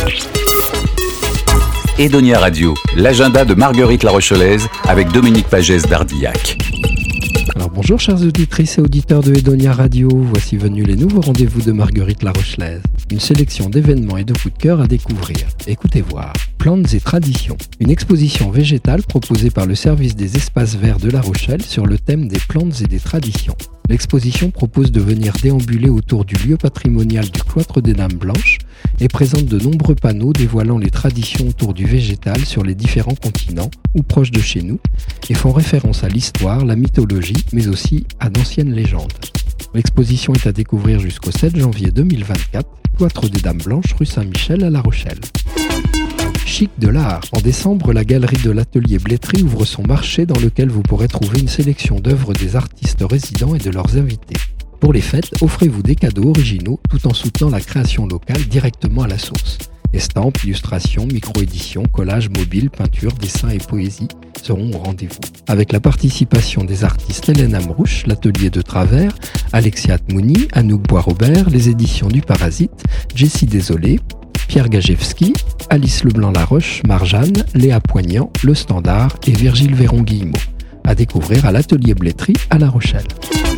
Edonia Radio, l'agenda de Marguerite La Rochelaise avec Dominique Pagès d'Ardillac. Alors bonjour chères auditrices et auditeurs de Edonia Radio, voici venus les nouveaux rendez-vous de Marguerite La Rochelaise. Une sélection d'événements et de coups de cœur à découvrir. Écoutez voir. Plantes et traditions. Une exposition végétale proposée par le service des espaces verts de La Rochelle sur le thème des plantes et des traditions. L'exposition propose de venir déambuler autour du lieu patrimonial du cloître des Dames Blanches et présente de nombreux panneaux dévoilant les traditions autour du végétal sur les différents continents ou proches de chez nous et font référence à l'histoire, la mythologie, mais aussi à d'anciennes légendes. L'exposition est à découvrir jusqu'au 7 janvier 2024, cloître des Dames Blanches, rue Saint-Michel à La Rochelle. Chic de l'art. En décembre, la galerie de l'atelier Blétry ouvre son marché dans lequel vous pourrez trouver une sélection d'œuvres des artistes résidents et de leurs invités. Pour les fêtes, offrez-vous des cadeaux originaux tout en soutenant la création locale directement à la source. Estampes, illustrations, micro-éditions, collages mobiles, peintures, dessins et poésie seront au rendez-vous. Avec la participation des artistes Hélène Amrouche, l'atelier de Travers, Alexia Tmouni, Anouk Bois-Robert, les éditions du Parasite, Jessie Désolé, Pierre Gajewski, Alice Leblanc-Laroche, Marjane, Léa Poignant, Le Standard et Virgile Véron-Guillemot. À découvrir à l'atelier Blétry à La Rochelle.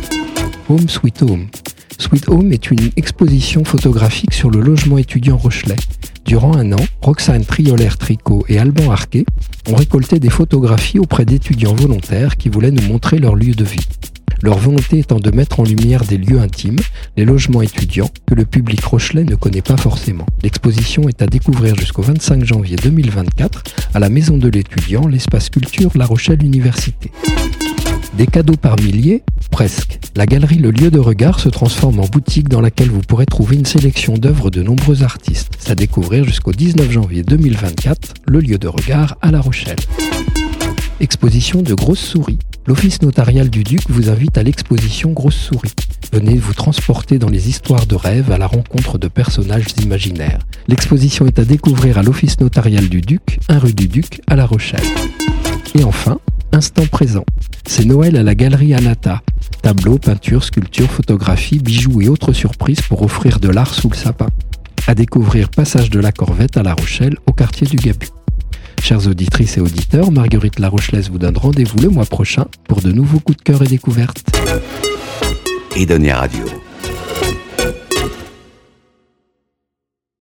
Home Sweet Home. Sweet Home est une exposition photographique sur le logement étudiant rochelais. Durant un an, Roxane Triolaire-Tricot et Alban Arquet ont récolté des photographies auprès d'étudiants volontaires qui voulaient nous montrer leur lieu de vie. Leur volonté étant de mettre en lumière des lieux intimes, les logements étudiants, que le public rochelais ne connaît pas forcément. L'exposition est à découvrir jusqu'au 25 janvier 2024 à la Maison de l'Étudiant, l'espace culture La Rochelle Université. Des cadeaux par milliers ? Presque. La galerie Le Lieu de Regard se transforme en boutique dans laquelle vous pourrez trouver une sélection d'œuvres de nombreux artistes. C'est à découvrir jusqu'au 19 janvier 2024, Le Lieu de Regard à La Rochelle. Exposition de grosses souris. L'Office notarial du Duc vous invite à l'exposition Grosses souris. Venez vous transporter dans les histoires de rêve à la rencontre de personnages imaginaires. L'exposition est à découvrir à l'Office notarial du Duc, 1 rue du Duc, à La Rochelle. Et enfin, Instant présent. C'est Noël à la Galerie Anata. Tableaux, peintures, sculptures, photographies, bijoux et autres surprises pour offrir de l'art sous le sapin. À découvrir Passage de la Corvette à La Rochelle, au quartier du Gabu. Chères auditrices et auditeurs, Marguerite La Rochelaise vous donne rendez-vous le mois prochain pour de nouveaux coups de cœur et découvertes. Edonia Radio.